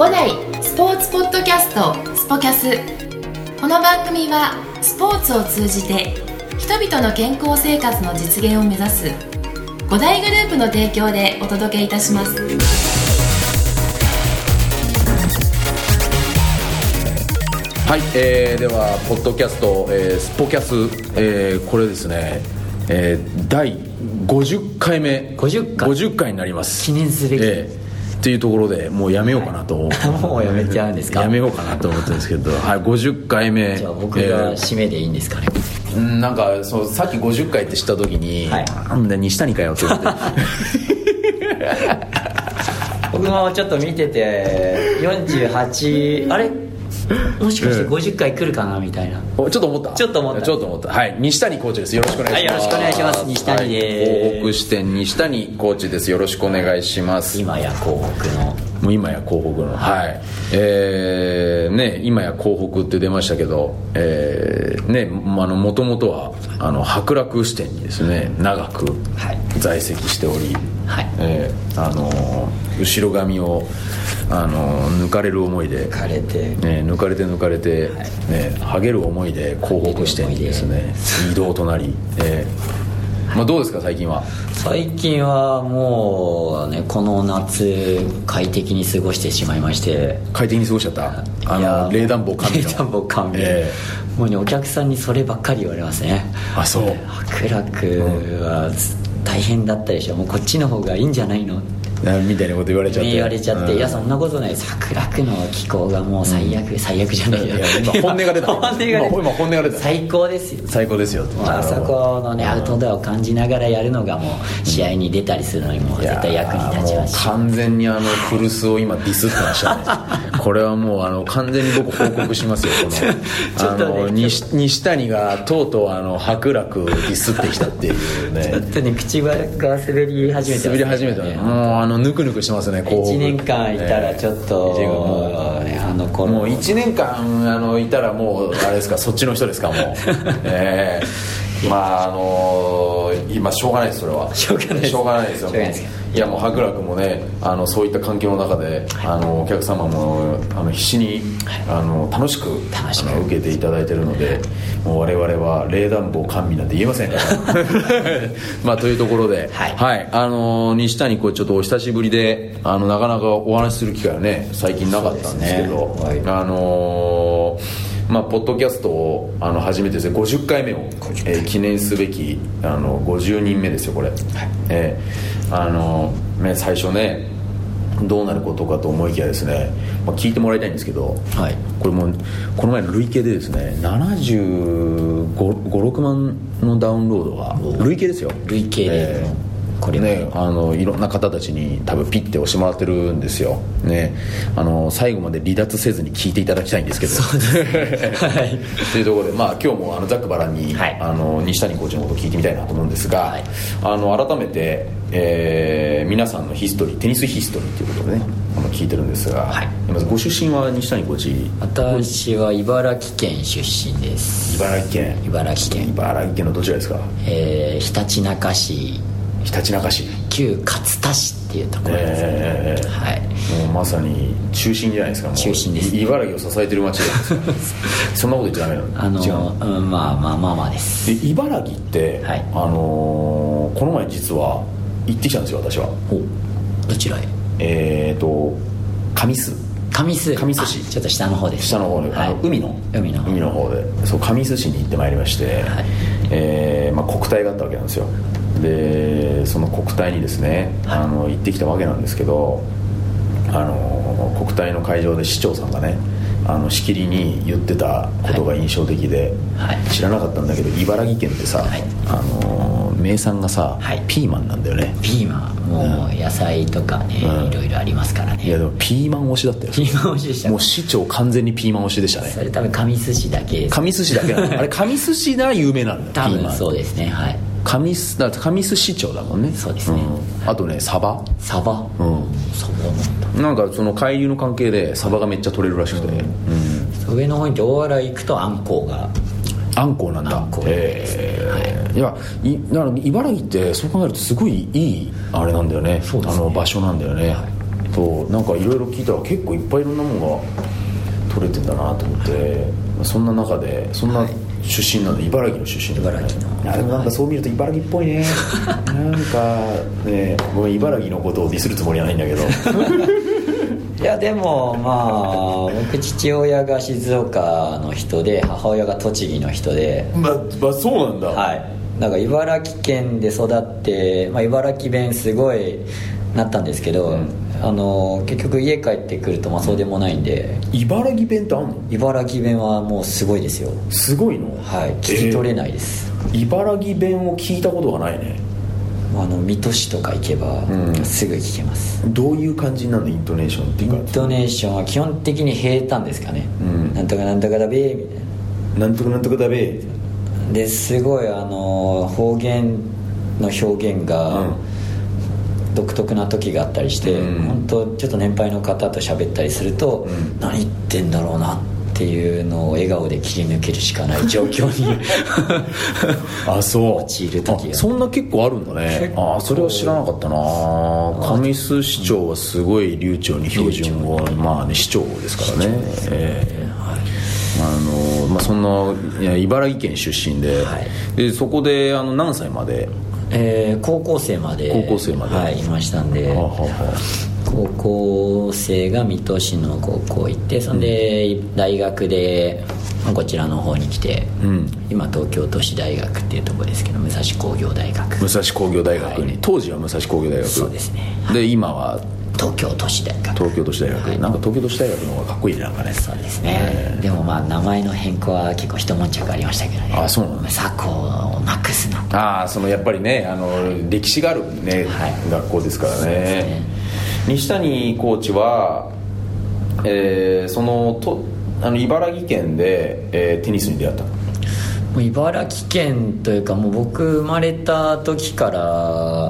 五代スポーツポッドキャストスポキャス。この番組はスポーツを通じて人々の健康生活の実現を目指す五大グループの提供でお届けいたします。 はい、ではポッドキャスト、スポキャス、これですね、第50回目50回になります。 記念すべき、 っていうところでもうやめようかなと、 もうやめちゃうんですか。 やめようかなと思ってるんですけど、はい、50回目。 じゃあ僕が締めでいいんですかね。 なんかそうさっき50回って知った時に、なんだ西谷かよって思って僕もちょっと見てて48あれもしかして50回来るかなみたいな、 ちょっと思った。はい、西谷コーチです。よろしくお願いします。 はい、よろしくお願いします。西谷です。 東北支店西谷コーチです。よろしくお願いします。 今や東北のはい、今や広北って出ましたけど、もともとは伯楽支店にですね長く在籍しており、はい、後ろ髪を抜かれる思いで抜かれて、はげる思いで広北支店にですね移動となり、どうですか最近は。 最近はもうね、この夏快適に過ごしてしまいまして。 快適に過ごしちゃった。冷暖房完備。 もうね、お客さんにそればっかり言われますね。 あ、そう。 伯楽は大変だったでしょ、もうこっちの方がいいんじゃないのみたいなこと言われちゃって、 いやそんなことないです。伯楽の気候がもう最悪じゃないよ。 今本音が出た。今本音が出た。 最高ですよ。あそこのねアウトドアを感じながらやるのがもう試合に出たりするのにも絶対役に立ちますし、 完全に古巣を今ディスってましたね。これはもう完全に僕報告しますよ。西谷がとうとう伯楽をディスってきたっていうね。 ちょっとね、口が滑り始めてますね。 もうぬくぬくしてますね。 1年間いたらちょっと、 もう1年間いたらもうあれですか、そっちの人ですかもう。今しょうがないです。それはしょうがないですよ。いやもう伯楽もねそういった環境の中でお客様も必死に楽しく受けていただいているので、もう我々は冷暖房完備なんて言えませんからというところで、西谷これちょっとお久しぶりでなかなかお話しする機会はね最近なかったんですけど、ポッドキャストを初めてですね50回目を、記念すべき50人目ですよこれ、最初ねどうなることかと思いきやですね、聞いてもらいたいんですけど、これもうこの前の累計でですね75,6 万のダウンロードが累計ですよ。 累計で、これねいろんな方たちに多分ピッて押してもらってるんですよね。最後まで離脱せずに聞いていただきたいんですけど、 そうですね、 というところで、今日もざっくばらんに、西谷コーチのことを聞いてみたいなと思うんですが、改めて、皆さんのヒストリー、テニスヒストリーということでね聞いてるんですが、まずご出身は西谷コーチ。 私は茨城県出身です。 茨城県のどちらですか。 ひたちなか市、旧勝田市っていうところですね。 もうまさに中心じゃないですか。 中心です、ね、 茨城を支えてる町ですそんなこと言っちゃダメなの。違う、 まあです。 で茨城って、この前実は行ってきたんですよ私は。 どちらへ。 神栖市、 ちょっと下の方です。 下の方で、海の方で、そう神栖市に行ってまいりまして、国体があったわけなんですよ。でその国体にですね、行ってきたわけなんですけど、国体の会場で市長さんがねしきりに言ってたことが印象的で、知らなかったんだけど茨城県ってさ、名産がさ、ピーマンなんだよね。 ピーマンもう野菜とかね、いろいろありますからね。 いやでもピーマン推しだったよ。 ピーマン推しでした。 もう市長完全にピーマン推しでしたね。 それ多分神栖市だけです。 神栖市だけなのあれ神栖市が有名なんだ。 多分そうですね。 神栖市長だもんね。 そうですね、 あとねサバ、 サバなんかその海流の関係でサバがめっちゃ取れるらしくて、 上の方に大洗行くとあんこうなんだ。いやだから茨城ってそう考えるとすごいいいあれなんだよね。場所なんだよね。 となんかいろいろ聞いたら結構いっぱいいろんなものが取れてんだなと思って、そんな中でそんな出身なんで、茨城の出身だからね。でもなんかそう見ると茨城っぽいねなんかね、ごめん茨城のことをディスるつもりはないんだけどいやでもまあ僕父親が静岡の人で母親が栃木の人で、 まあそうなんだ。 はい、だから茨城県で育って、茨城弁すごいなったんですけど、結局家帰ってくるとそうでもないんで。 茨城弁ってあんの？ 茨城弁はもうすごいですよ。 すごいの？ はい、聞き取れないです。 茨城弁を聞いたことがないね。 水戸市とか行けばすぐ聞けます。 どういう感じなの？イントネーションっていうか。イントネーションは基本的に平坦ですかね、なんとかなんとかだべみたいな、 なんとかなんとかだべですごい方言の表現が独特な時があったりして、本当ちょっと年配の方と喋ったりすると、何言ってんだろうなっていうのを笑顔で切り抜けるしかない状況に陥る時が。 そんな結構あるんだね。それは知らなかったな。上須市長はすごい流暢に標準語、市長ですからね。そんな茨城県出身で、でそこで何歳まで？ 高校生まで、いましたんで、高校生が水戸市の高校行って、そんで大学でこちらの方に来て、今東京都市大学っていうところですけど、武蔵工業大学に、当時は武蔵工業大学、 そうですね。で今は東京都市大学、なんか東京都市大学の方がかっこいいね、なんかね。 そうですね、でも名前の変更は結構一悶着ありましたけどね。 そうなんだ。 佐古をなくすな。 やっぱりね、歴史があるね、学校ですからね。西谷コーチは、茨城県で、テニスに出会った。 もう茨城県というか、もう僕生まれた時から、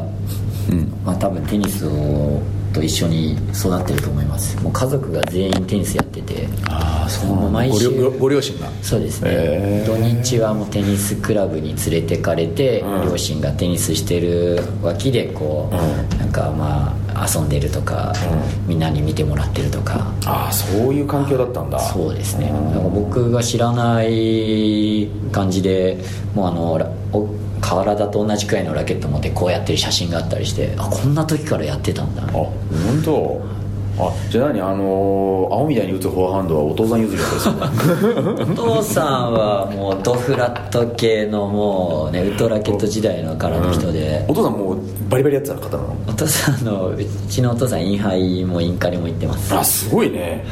多分テニスと一緒に育ってると思います。もう家族が全員テニスやってて、 そうなんだ。毎週ご両親が。 そうですね、土日はもうテニスクラブに連れてかれて、両親がテニスしてる脇でなんか遊んでるとか、みんなに見てもらってるとか。 そういう環境だったんだ。 そうですね、なんか僕が知らない感じで、もう体と同じくらいのラケット持ってこうやってる写真があったりして、こんな時からやってたんだ。 本当。じゃあ青みたいに打つフォアハンドはお父さん譲りだったですお父さんはもうドフラット系のもうね、ウッドラケット時代のからの人で、 お父さんもうバリバリやってた方なの？ お父さんうちのお父さんインハイもインカレも行ってます。 すごいね。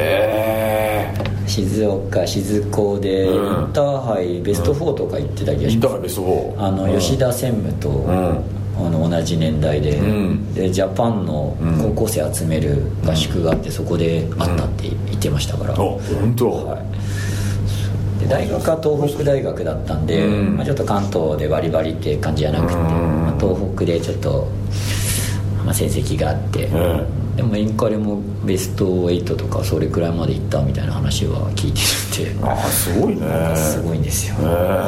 静岡静工でインターハイベスト4とか行ってた気がします。 インターハイベスト4、 吉田専務と、同じ年代で、でジャパンの高校生集める合宿があって、そこで会ったって言ってましたから。 本当。 で大学は東北大学だったんで、ちょっと関東でバリバリって感じじゃなくて、東北でちょっと、成績があって、でもインカレもベスト8とかそれくらいまで行ったみたいな話は聞いてるんで。 すごいね。 すごいんですよ。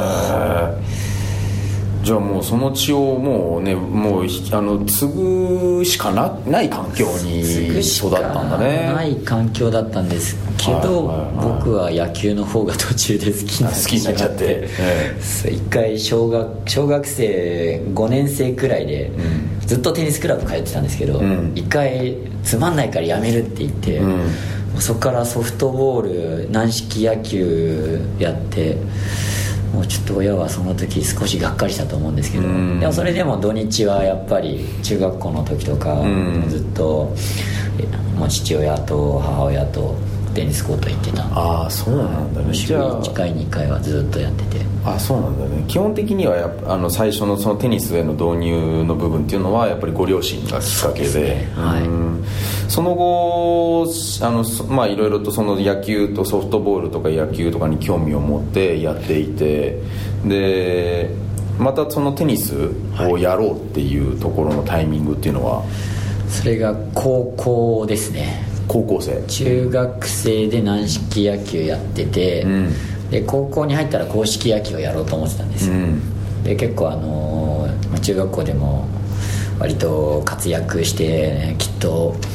じゃあもうその血をもう継ぐしかない環境に育ったんだね。 ない環境だったんですけど、僕は野球の方が途中で好きになっちゃって、一回小学生5年生くらいで、ずっとテニスクラブ通ってたんですけど、一回つまんないからやめるって言って、そこからソフトボール軟式野球やって、もうちょっと親はその時少しがっかりしたと思うんですけど、でもそれでも土日はやっぱり中学校の時とか、ずっともう父親と母親とテニスコート行ってた。そうなんだね。週1回2回はずっとやってて。 そうなんだね。基本的には最初のそのテニスへの導入の部分っていうのはやっぱりご両親がきっかけで、その後いろいろとその野球とソフトボールとか野球とかに興味を持ってやっていて、でまたそのテニスをやろうっていうところのタイミングっていうのは、 それが高校ですね。 高校生。 中学生で軟式野球やってて、で高校に入ったら硬式野球をやろうと思ってたんですよ。で結構中学校でも割と活躍して、きっと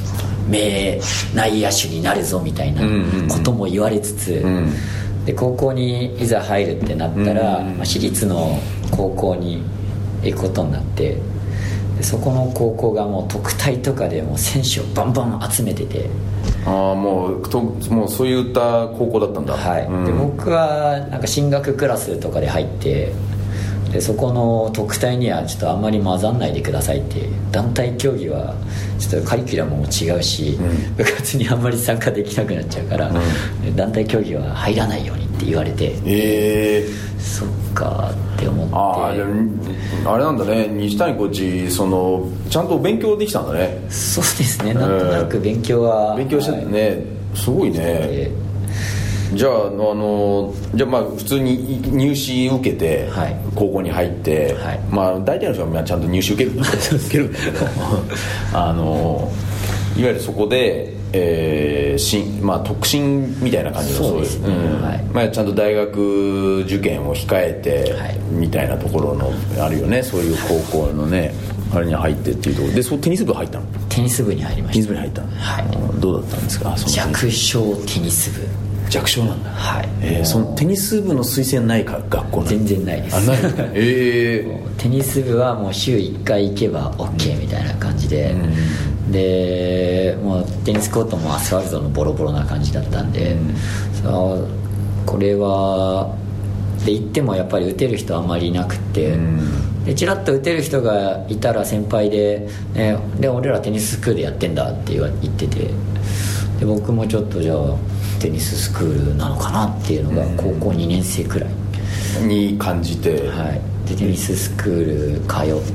名内野手になるぞみたいなことも言われつつ、で高校にいざ入るってなったら、私立の高校に行くことになって、でそこの高校がもう特待とかでもう選手をバンバン集めてて、 もうそういった高校だったんだ。 はい、で僕はなんか進学クラスとかで入って、でそこの特待にはちょっとあんまり混ざんないでくださいって、団体競技はちょっとカリキュラムも違うし、部活にあんまり参加できなくなっちゃうから、団体競技は入らないようにって言われて、そっかって思って、 あれなんだね、西谷コーチちゃんと勉強できたんだね。 そうですね、なんとなく勉強してたね、すごいね。じゃあまあ普通に入試受けて、高校に入って、まあ大体の人はちゃんと入試受けるんだけどいわゆるそこで、まあ、特進みたいな感じの、そうですね、まあ、ちゃんと大学受験を控えて、みたいなところのあるよね、そういう高校のねあれに入ってっていうところで、テニス部入ったの？ テニス部に入りました。 テニス部に入ったの、どうだったんですか？ 弱小テニス部。 弱小なんだ。そのテニス部の推薦ないか、学校なの？ 全然ないです。 ないテニス部はもう週1回行けば OK みたいな感じで、でもうテニスコートもアスファルトのボロボロな感じだったんで、これはで行ってもやっぱり打てる人あんまりいなくて、でチラッと打てる人がいたら先輩で、で俺らテニススクールやってんだって言ってて、で僕もちょっとじゃあテニススクールなのかなっていうのが高校2年生くらいに感じて、 でテニススクール通って、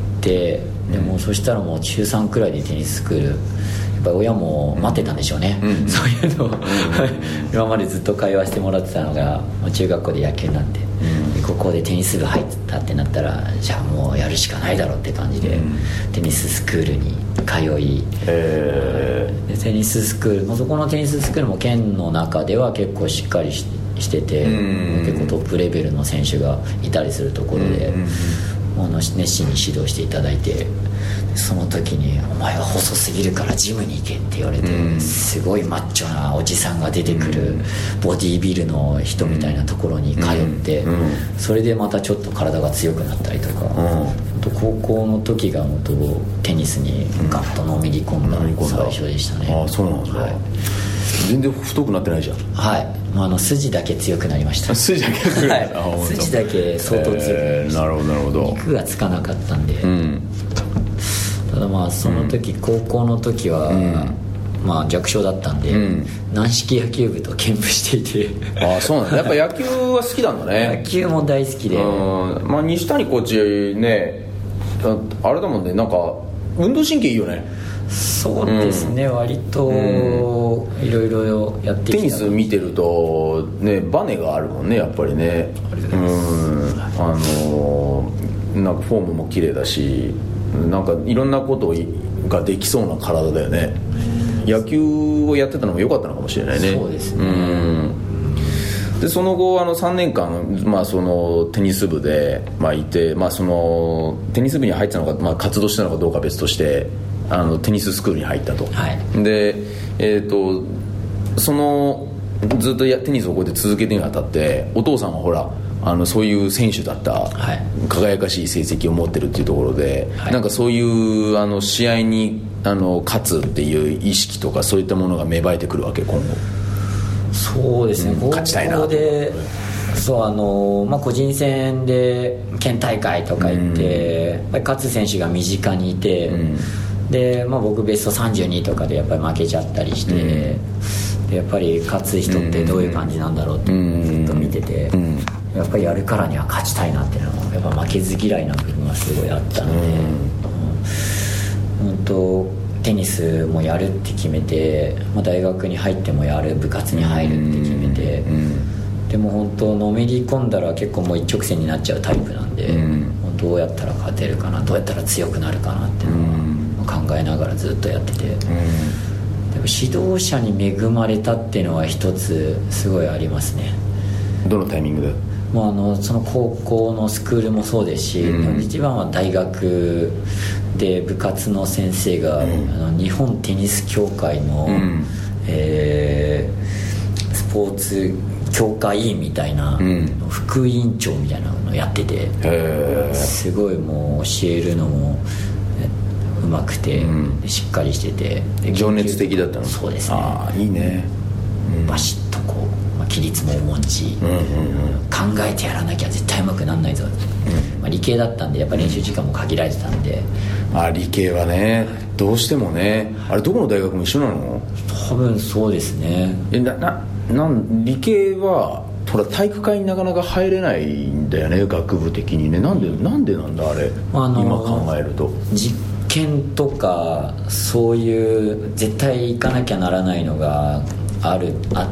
でもそしたらもう中3くらいでテニススクール、やっぱり親も待ってたんでしょうね、そういうのを今までずっと会話してもらってたのが中学校で野球になって、ここでテニス部入ったってなったら、じゃあもうやるしかないだろうって感じで、テニススクールに通い、でテニススクールも、そこのテニススクールも県の中では結構しっかりしてて、結構トップレベルの選手がいたりするところで、熱心に指導していただいて、その時にお前は細すぎるからジムに行けって言われて、すごいマッチョなおじさんが出てくるボディービルの人みたいなところに通って、それでまたちょっと体が強くなったりとか、高校の時が本当テニスにガッとのめり込んだ最初でしたね。 そうなんですか。全然太くなってないじゃん。 筋だけ強くなりました。 筋だけ強くなった、 筋だけ相当強くなりました。 なるほど。 肉がつかなかったんで、ただその時、高校の時は、弱小だったんで、軟式野球部と兼務していてそうなんだ。やっぱ野球は好きなんだね。 野球も大好きで、 西谷コーチね、あれだもんね、なんか運動神経いいよね。 そうですね、割といろいろやってきた。 テニス見てるとね、バネがあるもんね、やっぱりね。なんかフォームも綺麗だし、なんかいろんなことができそうな体だよね。野球をやってたのも良かったのかもしれないね。 そうですね。 でその後3年間、そのテニス部で、いて、そのテニス部に入ってたのか、活動したのかどうか別として、テニススクールに入ったと、でそのずっとテニスをこうやって続けてにあたって、お父さんはほらそういう選手だった、輝かしい成績を持ってるっていうところで、なんかそういう試合に勝つっていう意識とか、そういったものが芽生えてくるわけ、今後。 そうですね、 勝ちたいなと。 個人戦で県大会とか行って、やっぱり勝つ選手が身近にいて、で僕ベスト32とかでやっぱり負けちゃったりして、でやっぱり勝つ人ってどういう感じなんだろうってずっと見てて、やっぱりやるからには勝ちたいなっていうのは、やっぱ負けず嫌いな部分がすごいあったので、本当テニスもやるって決めて、大学に入ってもやる、部活に入るって決めて、でも本当のめり込んだら結構もう一直線になっちゃうタイプなんで、どうやったら勝てるかな、どうやったら強くなるかなっていうのは考えながらずっとやってて、でも指導者に恵まれたっていうのは一つすごいありますね。 どのタイミングで？ その高校のスクールもそうですし、一番は大学で部活の先生が、日本テニス協会の、スポーツ協会委員みたいな、副委員長みたいなのをやってて、すごいもう教えるのもうまくて、しっかりしてて情熱的だったの。 そうですね。 いいね、 バシッとこう、規律も重んじ、考えてやらなきゃ絶対うまくなんないぞ、理系だったんでやっぱ練習時間も限られてたんで、 理系はね、どうしてもね。あれどこの大学も一緒なの？ 多分そうですね。 理系はほら体育会になかなか入れないんだよね、学部的にね。なんでなんだあれ、今考えると。 実験とかそういう絶対行かなきゃならないのがあって、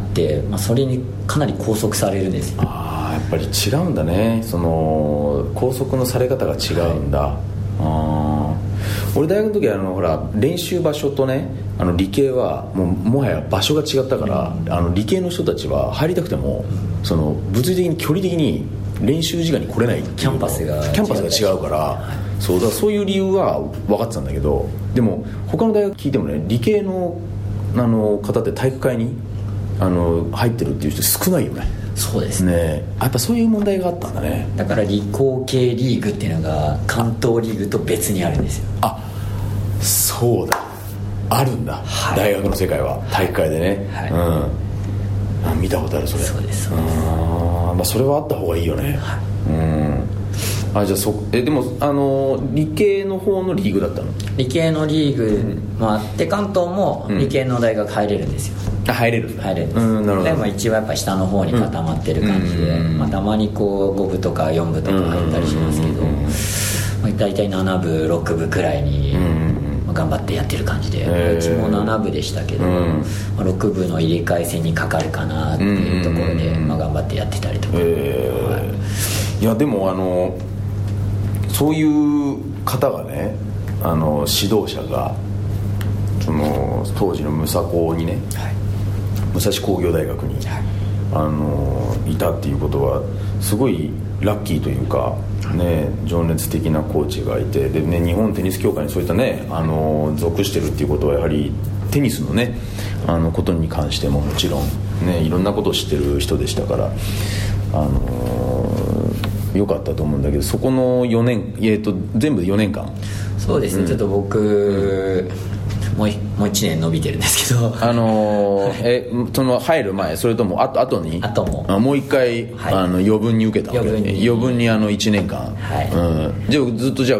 それにかなり拘束されるんですよ。 やっぱり違うんだね、その拘束のされ方が違うんだ、俺大学の時はほら練習場所とね、理系はもはや場所が違ったから、理系の人たちは入りたくてもその物理的に距離的に練習時間に来れないっていう、 キャンパスが違うから、そういう理由は分かってたんだけど、でも他の大学聞いてもね、理系の方って体育会に入ってるっていう人少ないよね。 そうですね。 やっぱそういう問題があったんだね。 だから理工系リーグっていうのが関東リーグと別にあるんですよ。 そうだ、あるんだ、大学の世界は体育会でね、見たことあるそれ。 そうです。 それはあった方がいいよね。じゃあでも理系の方のリーグだったの？理系のリーグもあって、関東も理系の大学入れるんですよ。 入れるんです。 でも一応やっぱ下の方に固まってる感じで、たまにこう5部とか4部とか入ったりしますけど、大体7部6部くらいに頑張ってやってる感じで、うちも7部でしたけど、6部の入れ替え戦にかかるかなっていうところで、頑張ってやってたりとか。 いやでもそういう方がね、指導者がその当時のムサコにね、武蔵工業大学に、いたっていうことはすごいラッキーというか、情熱的なコーチがいて、で、ね、日本テニス協会にそういったね属してるっていうことはやはりテニスのねことに関してももちろんねいろんなことを知ってる人でしたから、良かったと思うんだけど、そこの4年、全部で4年間。 そうですね、ちょっと僕もう1年伸びてるんですけどその入る前、それとも後にもう一回、余分に受けたわけ。余分に1年間、じゃあずっと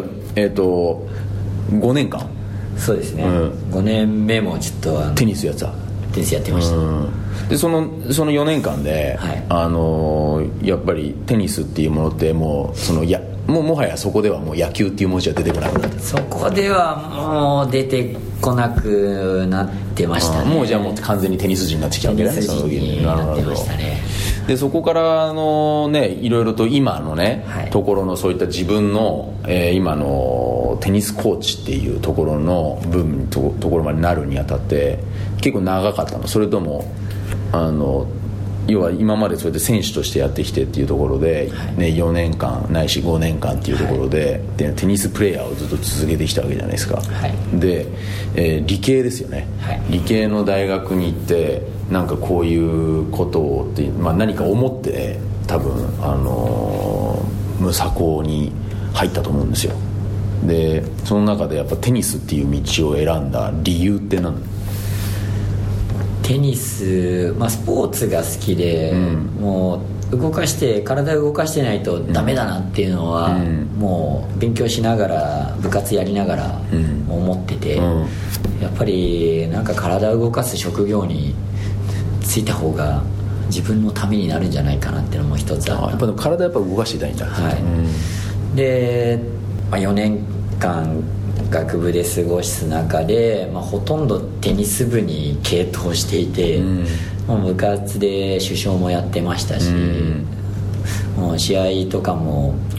5年間。 そうですね、5年目もちょっとテニスやってました。 でその4年間で、やっぱりテニスっていうものってもはやそこではもう野球っていう文字は出てこなくなった。そこではもう出てこなくなってましたね。 もうじゃあもう完全にテニス人になってきたわけね。 テニス人になってましたね。 でそこからいろいろと今のね、ところのそういった自分の、今のテニスコーチっていうところの部分ところまでなるにあたって結構長かったの？それとも要は今までそれで選手としてやってきてっていうところで、4年間ないし5年間っていうところで、テニスプレーヤーをずっと続けてきたわけじゃないですか。で、理系ですよね。理系の大学に行ってなんかこういうことをって、何か思って多分ムサコに入ったと思うんですよ。でその中でやっぱテニスっていう道を選んだ理由って何？ テニス、スポーツが好きで、もう体を動かしてないとダメだなっていうのは、もう勉強しながら部活やりながら思ってて、やっぱりなんか体を動かす職業に就いた方が自分のためになるんじゃないかなっていうのも一つあった。 やっぱ体動かしていたいんだ。 で、4年間学部で過ごす中で、ほとんどテニス部に傾倒していて、もう部活で主将もやってましたし、もう試合とかも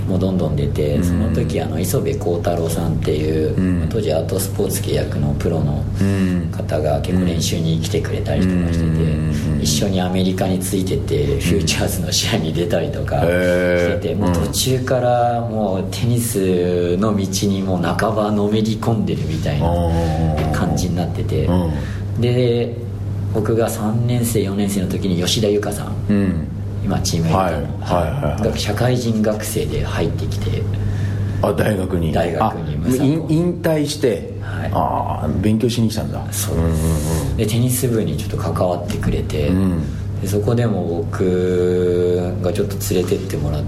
もうどんどん出て、その時磯部幸太郎さんっていう、当時アートスポーツ契約のプロの方が結構練習に来てくれたりとかしてて、一緒にアメリカについててフューチャーズの試合に出たりとかしてて、もう途中からもうテニスの道にもう半ばのめり込んでるみたいな感じになってて、で僕が3年生4年生の時に吉田優香さん、今チームメイトの社会人学生で入ってきて、 大学に引退して、勉強しに来たんだ。 そうでテニス部にちょっと関わってくれて、でそこでも僕がちょっと連れてってもらって、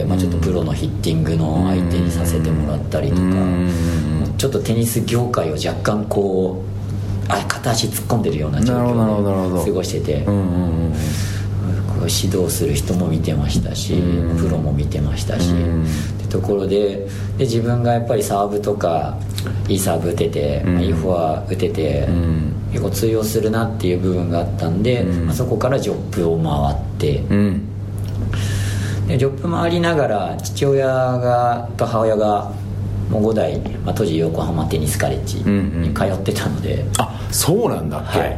ちょっとプロのヒッティングの相手にさせてもらったりとか、ちょっとテニス業界を若干こう片足突っ込んでるような状況で過ごしてて、指導する人も見てましたし、プロも見てましたし、ってところで自分がやっぱりサーブとかいいサーブ打てて、いいフォア打てて、結構通用するなっていう部分があったんで、そこからジョップを回って、でジョップ回りながら父親と母親がもう5代、当時横浜テニスカレッジに通ってたので、 そうなんだっけ、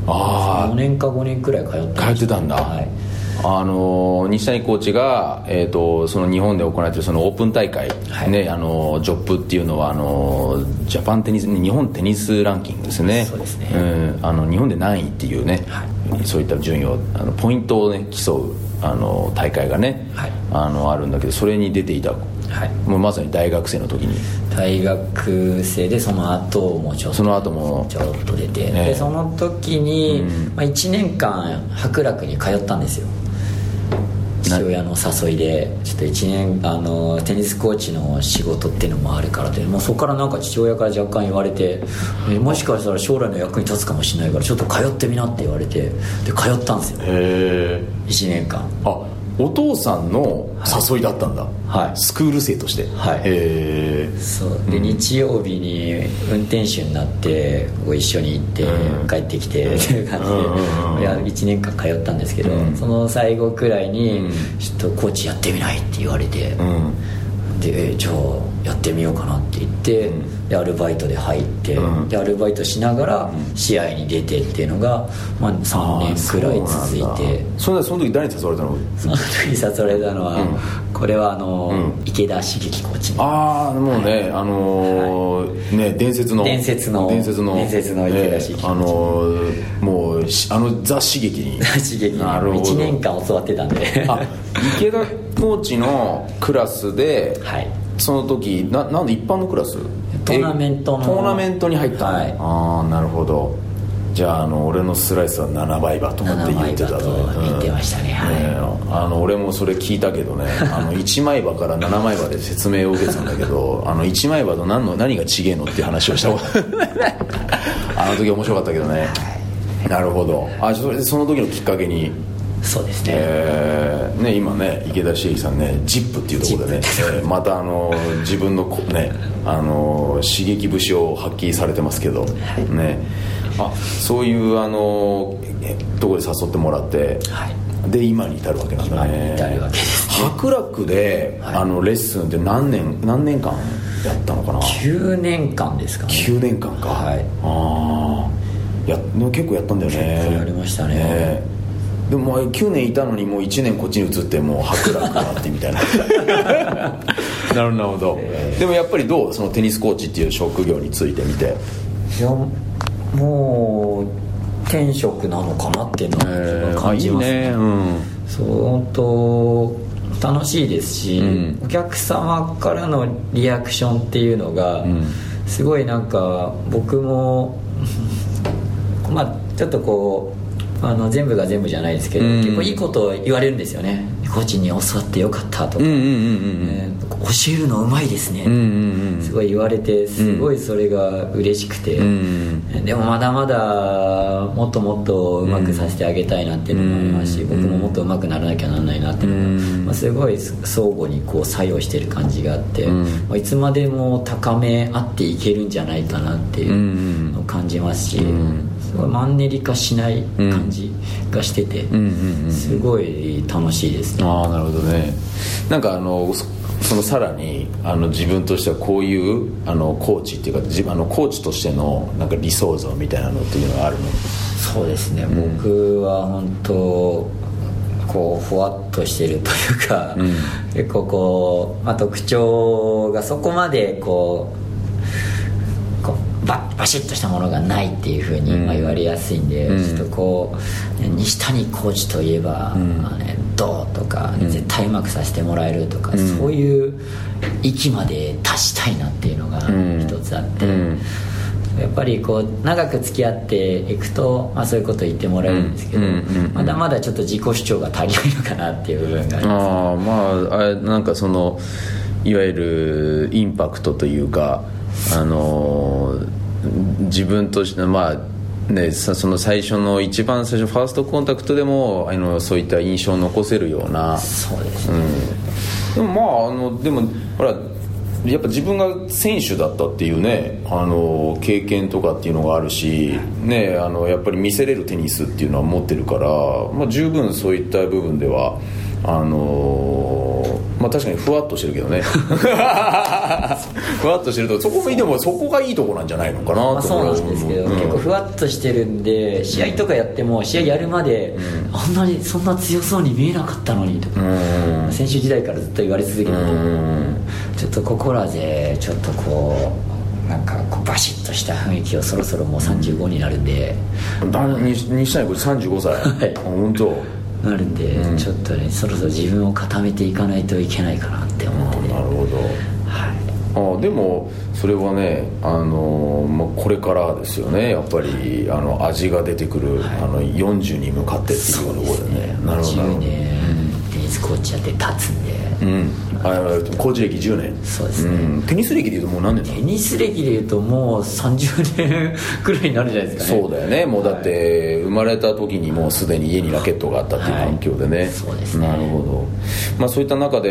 4年か5年くらい通ってたんだ。西谷コーチが、その日本で行われているそのオープン大会、ジョップっていうのはジャパンテニス日本テニスランキングですね。 そうですね、 日本で何位っていうね、そういった順位をポイントをね競う大会がね、あるんだけど、それに出ていた、もうまさに大学生の時に。 大学生でその後もちょっと出て、でその時に、1年間伯楽に通ったんですよ。父親の誘いでちょっと1年テニスコーチの仕事っていうのもあるからで、もうそこからなんか父親から若干言われて、もしかしたら将来の役に立つかもしれないからちょっと通ってみなって言われて、で通ったんですよ。1年間。 お父さんの誘いだったんだ、スクール生として。 そうで、日曜日に運転手になって一緒に行って帰ってきてっていう感じで、1年間通ったんですけど、その最後くらいにちょっとコーチやってみないって言われて、でじゃあやってみようかなって言って、でアルバイトで入って、でアルバイトしながら試合に出てっていうのが、3年くらい続いて。 その時誰に誘われたの？ その時誘われたのは、これは池田茂樹コーチに。 もうね、伝説の池田茂樹、 もうザ・刺激に 1年間教わってたんで池田コーチのクラスで、その時なんで一般のクラストーナメントに入ったの、なるほど。じゃあ俺のスライスは7倍馬と思って言ってたと言ってましたね。 俺もそれ聞いたけどね1枚馬から7枚馬で説明を受けてたんだけど1枚馬と何が違えのっていう話をした時面白かったけどね。なるほど。その時のきっかけに。 そうですね。 今ね池田茂樹さんね、ジップっていうところでねまた自分のね刺激節を発揮されてますけどね。そういうところで誘ってもらって、で今に至るわけなんだね。 至るわけです、ね。 伯楽で、レッスンって何年間やったのかな。 9年間ですかね。 9年間か。結構やったんだよね。 結構やりましたね。 でも9年いたのにもう1年こっちに移ってもう伯楽があってみたいななるほど。でもやっぱりそのテニスコーチっていう職業についてみて。 いやもう天職なのかなっていうのは感じますね。そう本当楽しいですし、お客様からのリアクションっていうのが、すごいなんか僕もちょっとこう全部が全部じゃないですけど、結構いいことを言われるんですよね。コーチに教わってよかったとか、教えるのうまいですね、すごい言われて、すごいそれが嬉しくて、でもまだまだもっともっとうまくさせてあげたいなっていうのもありますし、僕ももっとうまくならなきゃならないなっていうのが、すごい相互にこう作用してる感じがあって、いつまでも高め合っていけるんじゃないかなっていうのを感じますし、すごいマンネリ化しない感じがしてて、すごい楽しいですね。 なるほどね。なんかそのさらに自分としてはこういうコーチっていうかコーチとしてのなんか理想像みたいなのっていうのがあるの？ そうですね、僕は本当こうふわっとしてるというか、結構こう、特徴がそこまでこうバシッとしたものがないっていうふうに言われやすいんで、ちょっとこう西谷コーチといえば、どうとか、絶対うまくさせてもらえるとか、そういう域まで達したいなっていうのが一つあって、やっぱりこう長く付き合っていくと、そういうことを言ってもらえるんですけど、まだまだちょっと自己主張が足りないのかなっていう部分があります。 なんかそのいわゆるインパクトというか、自分としてその最初の一番最初ファーストコンタクトでもそういった印象を残せるような。 そうですね、 でもでもほらやっぱ自分が選手だったっていうね経験とかっていうのがあるし、ね、やっぱり見せれるテニスっていうのは持ってるから、十分そういった部分では確かにふわっとしてるけどねふわっとしてるとそこがいいとこなんじゃないのかなと。 そうなんですけど、結構ふわっとしてるんで、試合とかやっても試合やるまで、あんなにそんな強そうに見えなかったのにとか、選手時代からずっと言われ続けてて、ちょっとここらでちょっとこうなんかこうバシッとした雰囲気をそろそろもう35になるんで、 西谷君35歳、はい、本当なるんで、ちょっとねそろそろ自分を固めていかないといけないかなって思ってね。 なるほど、でもそれはねこれからですよね、やっぱり味が出てくる、40に向かってっていうところでね。 なるほど、10年テニスコーチやって経つんで、 コーチ歴10年。 そうですね、 テニス歴でいうともう何年だ？ テニス歴でいうともう30年くらいになるじゃないですかね。 そうだよね、もうだって生まれた時にもうすでに家にラケットがあったっていう環境でね、 そうですね。 なるほど。そういった中で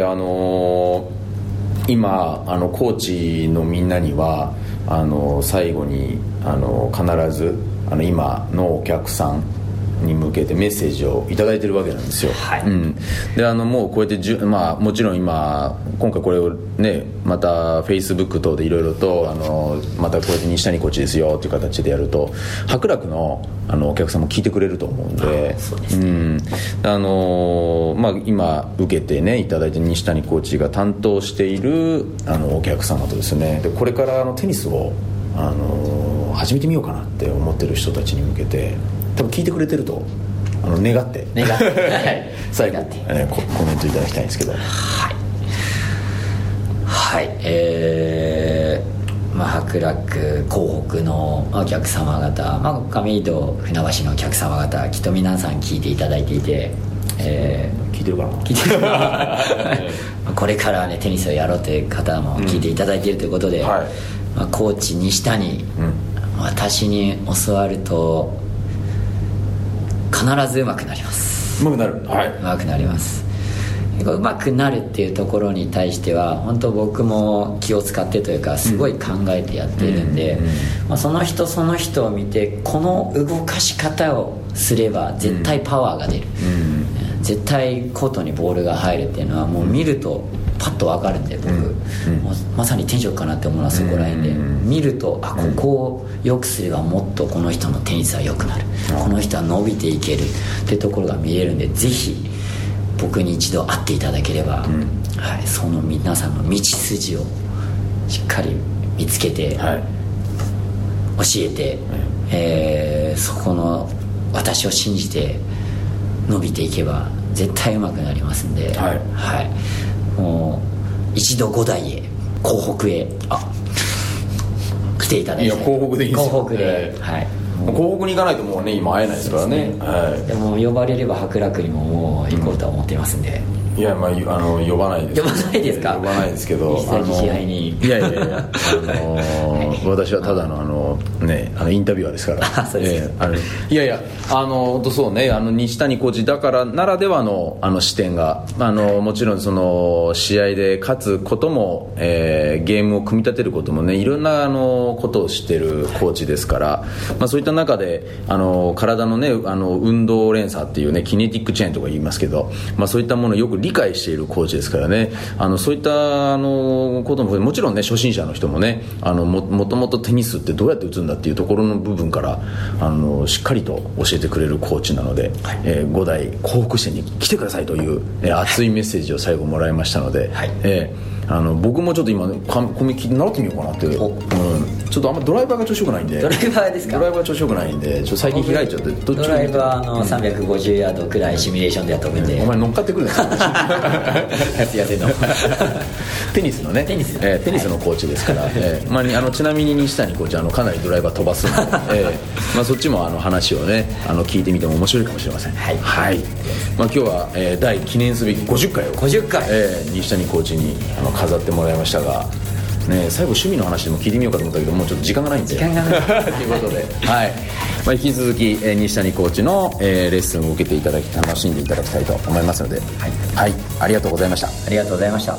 今コーチのみんなには最後に必ず今のお客さんに向けてメッセージをいただいてるわけなんですよ、でもうこうやってもちろん今回これをねまた Facebook 等でいろいろとまたこうやって西谷コーチですよっていう形でやると伯楽のお客さんも聞いてくれると思うんで、 そうですね、 今受けてねいただいて西谷コーチが担当しているお客様とですね、でこれからテニスを始めてみようかなって思ってる人たちに向けて多分聞いてくれてると願って最後コメントいただきたいんですけど。 伯楽港北のお客様方、亀戸船橋のお客様方、きっと皆さん聞いていただいていて、 聞いてるかな聞いてるかなこれからねテニスをやろうという方も聞いていただいているということで、コーチ西谷、私に教わると必ず上手くなります。 上手くなる、 上手くなります。上手くなるっていうところに対しては本当僕も気を使ってというかすごい考えてやっているんで、その人その人を見てこの動かし方をすれば絶対パワーが出る、絶対コートにボールが入るっていうのはもう見るとパッと分かるんで、僕、まさに天職かなって思うのはそこら辺で、見るとここを良くすればもっとこの人のテニスは良くなる、この人は伸びていけるってところが見えるんで、ぜひ僕に一度会っていただければ、その皆さんの道筋をしっかり見つけて、教えて、そこの私を信じて伸びていけば絶対上手くなりますんで、もう一度五代へ港北へ来ていただいて。 いや港北でいいですよ。 港北で、 港北に行かないともうね今会えないですからね。 でも呼ばれれば伯楽にももう行こうとは思っていますんで。 いや呼ばないです。 呼ばないですか？ 呼ばないですけど、 試合にいや私はただのね、インタビュアーですからそうですか、 いやいや本当そうね、西谷コーチだからならではの視点がもちろんその試合で勝つことも、ゲームを組み立てることもね、いろんなことを知ってるコーチですから、そういった中で体のね運動連鎖っていうね、キネティックチェーンとか言いますけど、そういったものをよく理解しているコーチですからね、そういったことももちろんね、初心者の人もね、もともとテニスってどうやって打つんだっていうところの部分からしっかりと教えてくれるコーチなので、5代幸福支店に来てくださいという、熱いメッセージを最後もらいましたので、僕もちょっと今コミ聞いて習ってみようかなって、ちょっとあんまドライバーが調子よくないんで。 ドライバーですか？ ドライバー調子よくないんで、最近開いちゃってドライバーの350ヤードくらいシミュレーションでやったんで、 お前乗っかってくるんですよ安いのテニスのね、テニスのコーチですから、ちなみに西谷コーチかなりドライバー飛ばすので、そっちも話をね聞いてみても面白いかもしれません。はい、今日は、第記念すべき50回を西谷コーチに飾ってもらいましたが、最後趣味の話でも聞いてみようかと思ったけど、もうちょっと時間がないんでということで、引き続き、西谷コーチの、レッスンを受けていただき、楽しんでいただきたいと思いますので、ありがとうございました。 ありがとうございました。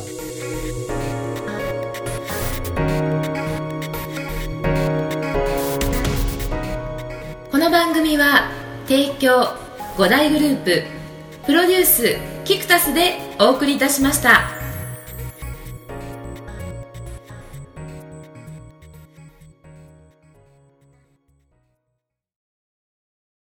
この番組は提供5大グループプロデュースキクタスでお送りいたしました。